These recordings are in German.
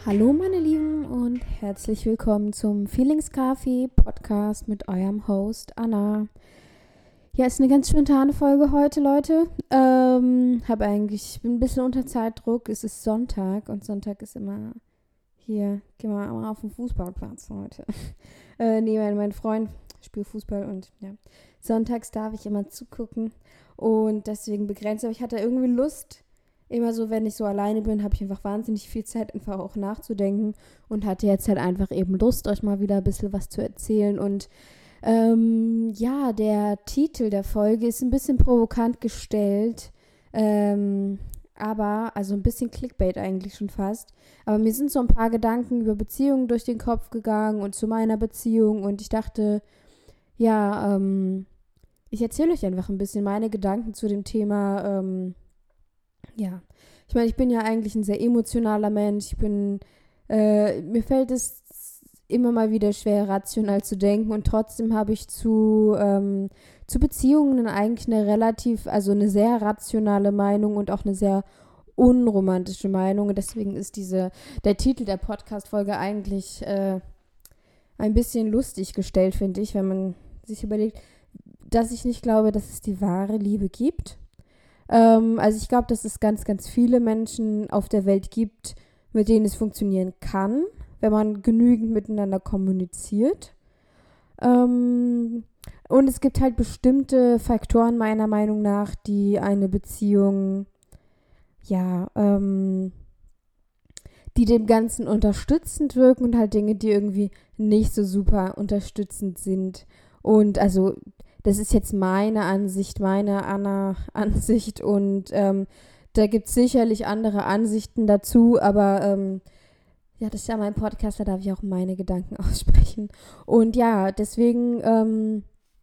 Hallo meine Lieben und herzlich willkommen zum Feelings Coffee Podcast mit eurem Host Anna. Ja, ist eine ganz spontane Folge heute, Leute. Bin ein bisschen unter Zeitdruck. Es ist Sonntag und Sonntag ist immer hier, gehen wir mal auf den Fußballplatz heute. Mein Freund spielt Fußball und ja, sonntags darf ich immer zugucken und deswegen begrenzt. Aber ich hatte irgendwie Lust. Immer so, wenn ich so alleine bin, habe ich einfach wahnsinnig viel Zeit, einfach auch nachzudenken und hatte jetzt halt einfach eben Lust, euch mal wieder ein bisschen was zu erzählen. Und der Titel der Folge ist ein bisschen provokant gestellt, aber, also ein bisschen Clickbait eigentlich schon fast. Aber mir sind so ein paar Gedanken über Beziehungen durch den Kopf gegangen und zu meiner Beziehung und ich dachte, ich erzähle euch einfach ein bisschen meine Gedanken zu dem Thema, ich meine, ich bin ja eigentlich ein sehr emotionaler Mensch. Mir fällt es immer mal wieder schwer, rational zu denken und trotzdem habe ich zu Beziehungen eigentlich eine sehr rationale Meinung und auch eine sehr unromantische Meinung. Und deswegen ist der Titel der Podcast-Folge eigentlich ein bisschen lustig gestellt, finde ich, wenn man sich überlegt, dass ich nicht glaube, dass es die wahre Liebe gibt. Also ich glaube, dass es ganz, ganz viele Menschen auf der Welt gibt, mit denen es funktionieren kann, wenn man genügend miteinander kommuniziert. Und es gibt halt bestimmte Faktoren meiner Meinung nach, die eine Beziehung, die dem Ganzen unterstützend wirken und halt Dinge, die irgendwie nicht so super unterstützend sind. Und also das ist jetzt meine Ansicht, meine Anna-Ansicht und da gibt es sicherlich andere Ansichten dazu, aber das ist ja mein Podcast, da darf ich auch meine Gedanken aussprechen. Und ja, deswegen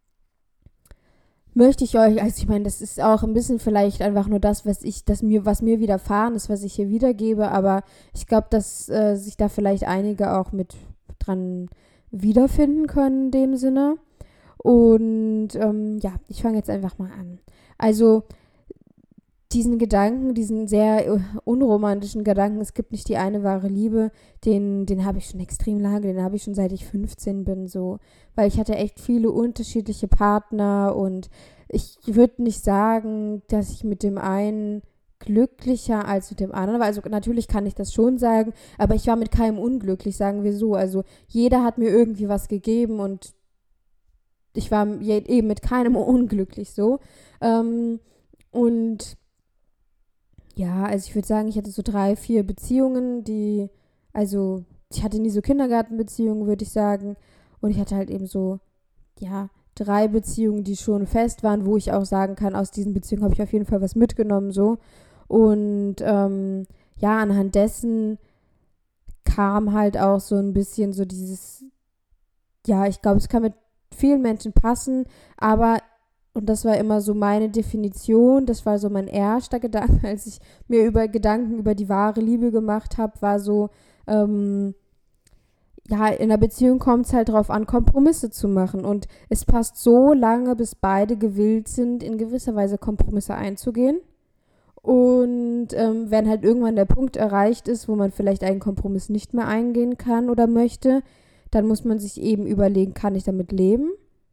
möchte ich euch, also ich meine, das ist auch ein bisschen vielleicht einfach nur das, was mir widerfahren ist, was ich hier wiedergebe, aber ich glaube, dass sich da vielleicht einige auch mit dran wiederfinden können in dem Sinne. Und ich fange jetzt einfach mal an. Also diesen sehr unromantischen Gedanken, es gibt nicht die eine wahre Liebe, den habe ich schon extrem lange, den habe ich schon seit ich 15 bin, so. Weil ich hatte echt viele unterschiedliche Partner und ich würde nicht sagen, dass ich mit dem einen glücklicher als mit dem anderen war. Also natürlich kann ich das schon sagen, aber ich war mit keinem unglücklich, sagen wir so. Also jeder hat mir irgendwie was gegeben und ich war eben mit keinem unglücklich so. Und ja, also ich würde sagen, ich hatte so 3, 4 Beziehungen, ich hatte nie so Kindergartenbeziehungen, würde ich sagen. Und ich hatte halt eben so, 3 Beziehungen, die schon fest waren, wo ich auch sagen kann, aus diesen Beziehungen habe ich auf jeden Fall was mitgenommen, so. Und anhand dessen kam halt auch so ein bisschen so dieses, ich glaube, es kann mit vielen Menschen passen, aber, und das war immer so meine Definition, das war so mein erster Gedanke, als ich mir Gedanken über die wahre Liebe gemacht habe, war so, in einer Beziehung kommt es halt drauf an, Kompromisse zu machen und es passt so lange, bis beide gewillt sind, in gewisser Weise Kompromisse einzugehen. Und wenn halt irgendwann der Punkt erreicht ist, wo man vielleicht einen Kompromiss nicht mehr eingehen kann oder möchte, dann muss man sich eben überlegen, kann ich damit leben?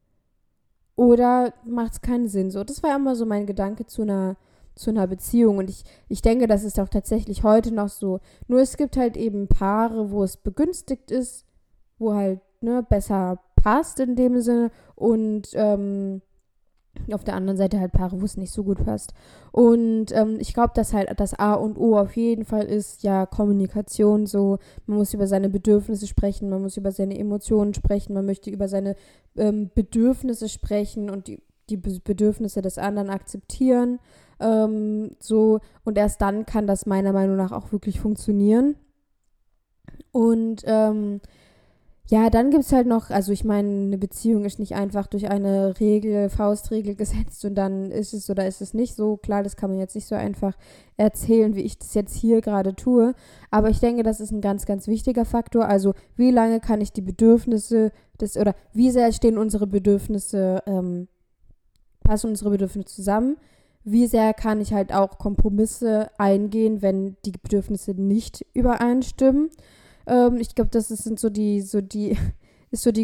Oder macht es keinen Sinn? So, das war immer so mein Gedanke zu einer Beziehung. Und ich denke, das ist auch tatsächlich heute noch so. Nur es gibt halt eben Paare, wo es begünstigt ist, wo halt besser passt in dem Sinne. Und auf der anderen Seite halt Paare, wo es nicht so gut passt. Und ich glaube, dass halt das A und O auf jeden Fall ist, Kommunikation so. Man muss über seine Bedürfnisse sprechen, man muss über seine Emotionen sprechen, man möchte über seine Bedürfnisse sprechen und die Bedürfnisse des anderen akzeptieren. Und erst dann kann das meiner Meinung nach auch wirklich funktionieren. Und dann gibt es halt noch, also ich meine, eine Beziehung ist nicht einfach durch eine Faustregel gesetzt und dann ist es oder ist es nicht so. Klar, das kann man jetzt nicht so einfach erzählen, wie ich das jetzt hier gerade tue. Aber ich denke, das ist ein ganz, ganz wichtiger Faktor. Also wie lange kann ich die Bedürfnisse oder wie sehr stehen unsere Bedürfnisse, passen unsere Bedürfnisse zusammen? Wie sehr kann ich halt auch Kompromisse eingehen, wenn die Bedürfnisse nicht übereinstimmen? Ich glaube, das ist, ist so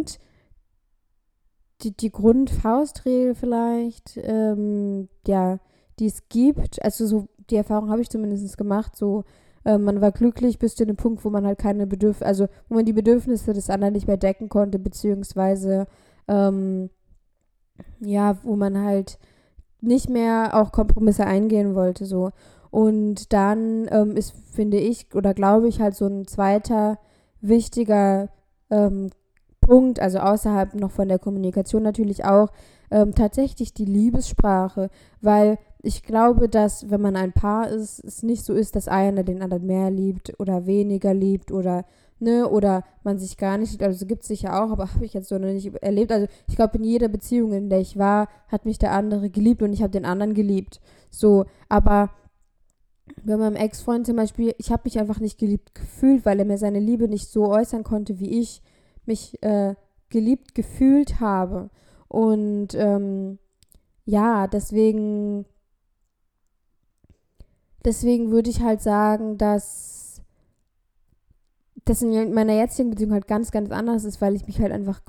die Grundfaustregel vielleicht, ja, die es gibt. Also so, die Erfahrung habe ich zumindest gemacht, so, man war glücklich bis zu dem Punkt, wo man halt keine Bedürfnisse, also wo man die Bedürfnisse des anderen nicht mehr decken konnte, beziehungsweise, ähm, ja, wo man halt nicht mehr auch Kompromisse eingehen wollte, so. Und dann ist, finde ich, oder glaube ich, halt so ein zweiter wichtiger ähm, Punkt, also außerhalb noch von der Kommunikation natürlich auch, tatsächlich die Liebessprache, weil ich glaube, dass wenn man ein Paar ist, es nicht so ist, dass einer den anderen mehr liebt oder weniger liebt oder ne, oder man sich gar nicht liebt. Also gibt es sicher auch, aber habe ich jetzt so noch nicht erlebt. Also ich glaube, in jeder Beziehung, in der ich war, hat mich der andere geliebt und ich habe den anderen geliebt. So, aber bei meinem Ex-Freund zum Beispiel, ich habe mich einfach nicht geliebt gefühlt, weil er mir seine Liebe nicht so äußern konnte, wie ich mich geliebt gefühlt habe. Und ja, deswegen würde ich halt sagen, dass das in meiner jetzigen Beziehung halt ganz, ganz anders ist, weil ich mich halt einfach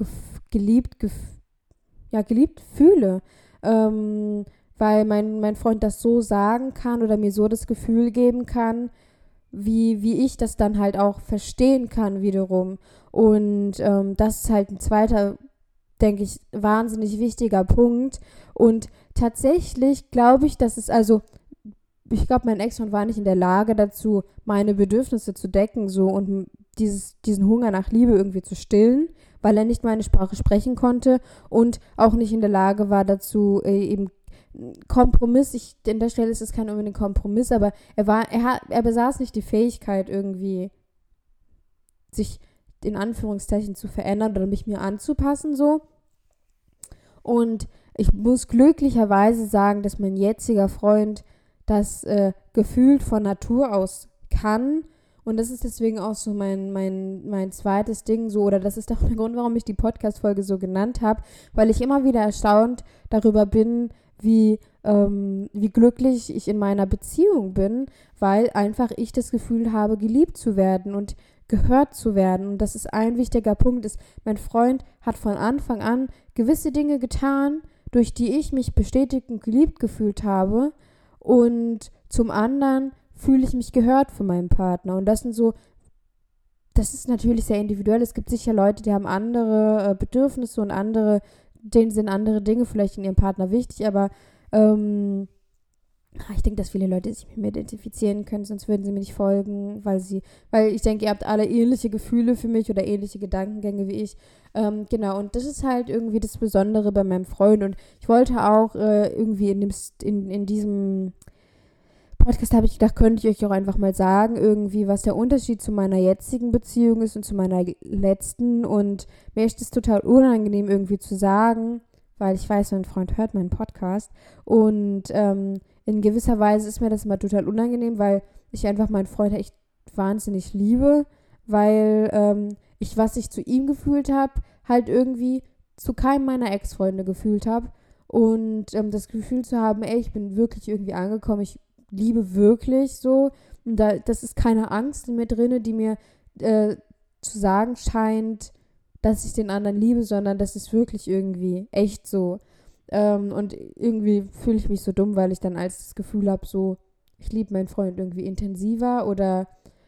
geliebt fühle. Ähm, weil mein Freund das so sagen kann oder mir so das Gefühl geben kann, wie ich das dann halt auch verstehen kann wiederum. Und das ist halt ein zweiter, denke ich, wahnsinnig wichtiger Punkt. Und tatsächlich glaube ich, dass es also ich glaube, mein Ex-Freund war nicht in der Lage dazu, meine Bedürfnisse zu decken so und diesen Hunger nach Liebe irgendwie zu stillen, weil er nicht meine Sprache sprechen konnte und auch nicht in der Lage war dazu, eben Kompromiss, an der Stelle ist es kein unbedingt Kompromiss, aber er besaß nicht die Fähigkeit irgendwie, sich in Anführungszeichen zu verändern oder mich mir anzupassen so. Und ich muss glücklicherweise sagen, dass mein jetziger Freund das gefühlt von Natur aus kann. Und das ist deswegen auch so mein zweites Ding so, oder das ist auch der Grund, warum ich die Podcast-Folge so genannt habe, weil ich immer wieder erstaunt darüber bin, wie glücklich ich in meiner Beziehung bin, weil einfach ich das Gefühl habe, geliebt zu werden und gehört zu werden. Und das ist ein wichtiger Punkt, ist, mein Freund hat von Anfang an gewisse Dinge getan, durch die ich mich bestätigt und geliebt gefühlt habe. Und zum anderen fühle ich mich gehört von meinem Partner. Und das ist natürlich sehr individuell. Es gibt sicher Leute, die haben andere Bedürfnisse und denen sind andere Dinge vielleicht in ihrem Partner wichtig, aber ich denke, dass viele Leute sich mit mir identifizieren können, sonst würden sie mir nicht folgen, weil ich denke, ihr habt alle ähnliche Gefühle für mich oder ähnliche Gedankengänge wie ich. Genau, und das ist halt irgendwie das Besondere bei meinem Freund. Und ich wollte auch irgendwie in diesem Podcast habe ich gedacht, könnte ich euch auch einfach mal sagen, irgendwie, was der Unterschied zu meiner jetzigen Beziehung ist und zu meiner letzten. Und mir ist es total unangenehm, irgendwie zu sagen, weil ich weiß, mein Freund hört meinen Podcast. Und in gewisser Weise ist mir das immer total unangenehm, weil ich einfach meinen Freund echt wahnsinnig liebe, weil was ich zu ihm gefühlt habe, halt irgendwie zu keinem meiner Ex-Freunde gefühlt habe. Und das Gefühl zu haben, ey, ich bin wirklich irgendwie angekommen, ich liebe wirklich so. Und das ist keine Angst in mir drinne, die mir zu sagen scheint, dass ich den anderen liebe, sondern das ist wirklich irgendwie echt so. Und irgendwie fühle ich mich so dumm, weil ich dann als das Gefühl habe, so, ich liebe meinen Freund irgendwie intensiver oder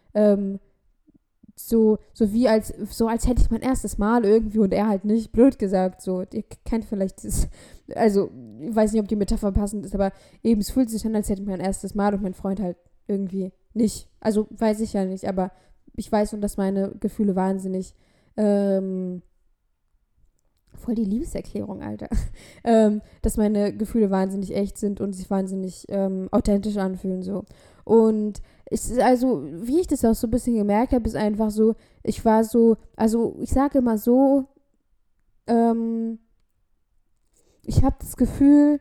so als hätte ich mein erstes Mal irgendwie und er halt nicht, blöd gesagt, so, ihr kennt vielleicht das, also, ich weiß nicht, ob die Metapher passend ist, aber eben, es fühlt sich an, als hätte ich mein erstes Mal und mein Freund halt irgendwie nicht, also, weiß ich ja nicht, aber ich weiß nur, dass meine Gefühle wahnsinnig, voll die Liebeserklärung, Alter, dass meine Gefühle wahnsinnig echt sind und sich wahnsinnig authentisch anfühlen, so. Und es ist also, wie ich das auch so ein bisschen gemerkt habe, ist einfach so, ich war so, also ich sage immer so, ich habe das Gefühl,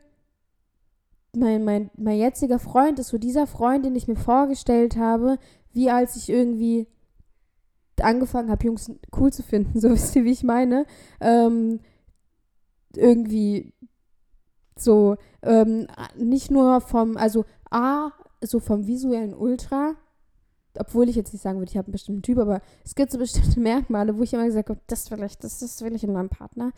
mein jetziger Freund ist so dieser Freund, den ich mir vorgestellt habe, wie als ich irgendwie angefangen habe, Jungs cool zu finden, so wisst ihr, wie ich meine. Irgendwie so, nicht nur so vom visuellen Ultra, obwohl ich jetzt nicht sagen würde, ich habe einen bestimmten Typ, aber es gibt so bestimmte Merkmale, wo ich immer gesagt habe, das will ich in meinem Partner.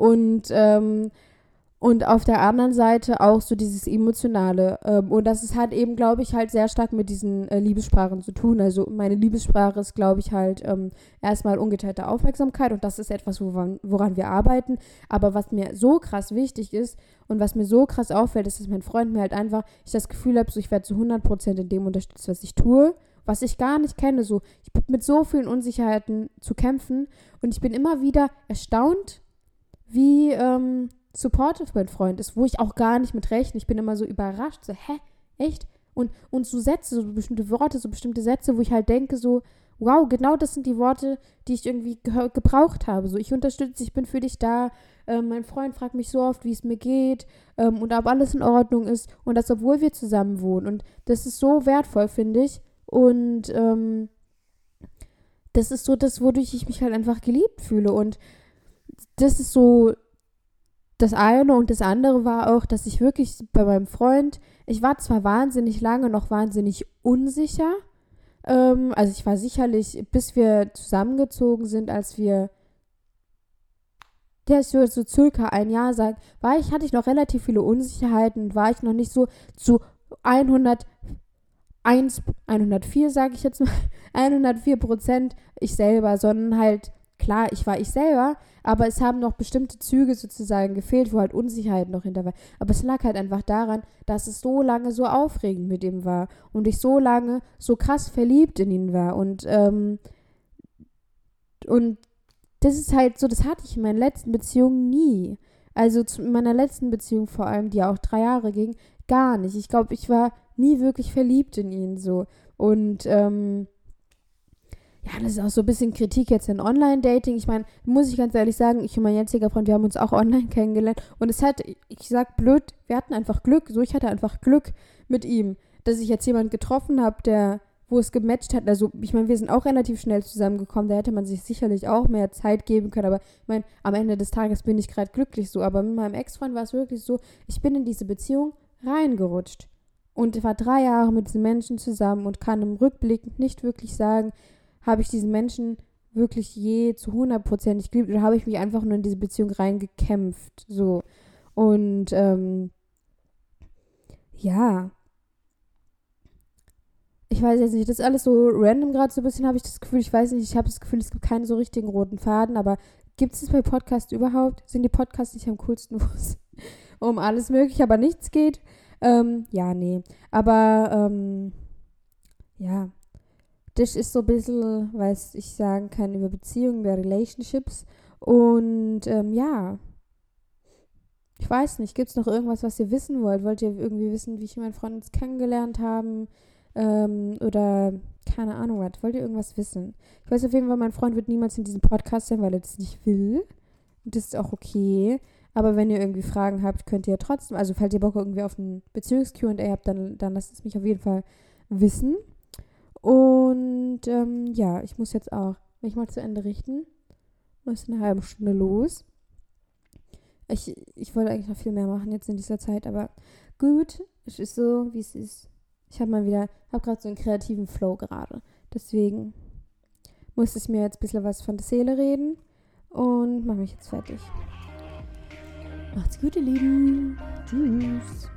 Und auf der anderen Seite auch so dieses Emotionale. Und das ist halt eben, glaube ich, halt sehr stark mit diesen Liebessprachen zu tun. Also meine Liebessprache ist, glaube ich, halt erstmal ungeteilte Aufmerksamkeit. Und das ist etwas, woran wir arbeiten. Aber was mir so krass wichtig ist und was mir so krass auffällt, ist, dass mein Freund mir halt einfach, ich das Gefühl habe, so ich werde zu 100% in dem unterstützt, was ich tue. Was ich gar nicht kenne. So, ich bin mit so vielen Unsicherheiten zu kämpfen. Und ich bin immer wieder erstaunt, wie supportive mein Freund ist, wo ich auch gar nicht mit rechne. Ich bin immer so überrascht, so, hä, echt? Und so Sätze, so bestimmte Worte, so bestimmte Sätze, wo ich halt denke, so, wow, genau das sind die Worte, die ich irgendwie gebraucht habe. So, ich unterstütze, ich bin für dich da. Mein Freund fragt mich so oft, wie es mir geht und ob alles in Ordnung ist. Und das, obwohl wir zusammen wohnen. Und das ist so wertvoll, finde ich. Und das ist so das, wodurch ich mich halt einfach geliebt fühle. Und das ist so das eine, und das andere war auch, dass ich wirklich bei meinem Freund, ich war zwar wahnsinnig lange noch wahnsinnig unsicher, also ich war sicherlich, bis wir zusammengezogen sind, ich würde so circa ein Jahr sagen, hatte ich noch relativ viele Unsicherheiten und war ich noch nicht so zu 104, sage ich jetzt mal, 104% ich selber, sondern halt, klar, ich war ich selber, aber es haben noch bestimmte Züge sozusagen gefehlt, wo halt Unsicherheit noch hinter war. Aber es lag halt einfach daran, dass es so lange so aufregend mit ihm war und ich so lange so krass verliebt in ihn war. Und das ist halt so, das hatte ich in meinen letzten Beziehungen nie. Also in meiner letzten Beziehung vor allem, die ja auch 3 Jahre ging, gar nicht. Ich glaube, ich war nie wirklich verliebt in ihn so. Und ja, das ist auch so ein bisschen Kritik jetzt in Online-Dating. Ich meine, muss ich ganz ehrlich sagen, ich und mein jetziger Freund, wir haben uns auch online kennengelernt. Und ich sag blöd, wir hatten einfach Glück. So, ich hatte einfach Glück mit ihm, dass ich jetzt jemanden getroffen habe, wo es gematcht hat. Also, ich meine, wir sind auch relativ schnell zusammengekommen. Da hätte man sich sicherlich auch mehr Zeit geben können. Aber ich meine, am Ende des Tages bin ich gerade glücklich so. Aber mit meinem Ex-Freund war es wirklich so, ich bin in diese Beziehung reingerutscht. Und war 3 Jahre mit diesen Menschen zusammen und kann im Rückblick nicht wirklich sagen, habe ich diesen Menschen wirklich je zu 100% geliebt oder habe ich mich einfach nur in diese Beziehung reingekämpft, so. Und, ja, ich weiß jetzt nicht, das ist alles so random gerade so ein bisschen, habe ich das Gefühl, ich weiß nicht, ich habe das Gefühl, es gibt keinen so richtigen roten Faden, aber gibt es das bei Podcasts überhaupt? Sind die Podcasts nicht am coolsten, wo es um alles mögliche, aber nichts geht? Ja, nee. Aber, ja, das ist so ein bisschen, was ich sagen kann über Beziehungen, über Relationships. Und ja, ich weiß nicht, gibt es noch irgendwas, was ihr wissen wollt? Wollt ihr irgendwie wissen, wie ich und mein Freund uns kennengelernt haben? Oder keine Ahnung was. Wollt ihr irgendwas wissen? Ich weiß auf jeden Fall, mein Freund wird niemals in diesem Podcast sein, weil er das nicht will. Und das ist auch okay. Aber wenn ihr irgendwie Fragen habt, könnt ihr trotzdem, also falls ihr Bock irgendwie auf ein Beziehungs-Q&A habt, dann lasst es mich auf jeden Fall wissen. Und ja, ich muss jetzt auch mich mal zu Ende richten. Muss in einer halben Stunde los. Ich wollte eigentlich noch viel mehr machen jetzt in dieser Zeit, aber gut, es ist so, wie es ist. Ich habe gerade so einen kreativen Flow gerade. Deswegen muss ich mir jetzt ein bisschen was von der Seele reden und mache mich jetzt fertig. Macht's gut, ihr Lieben. Tschüss.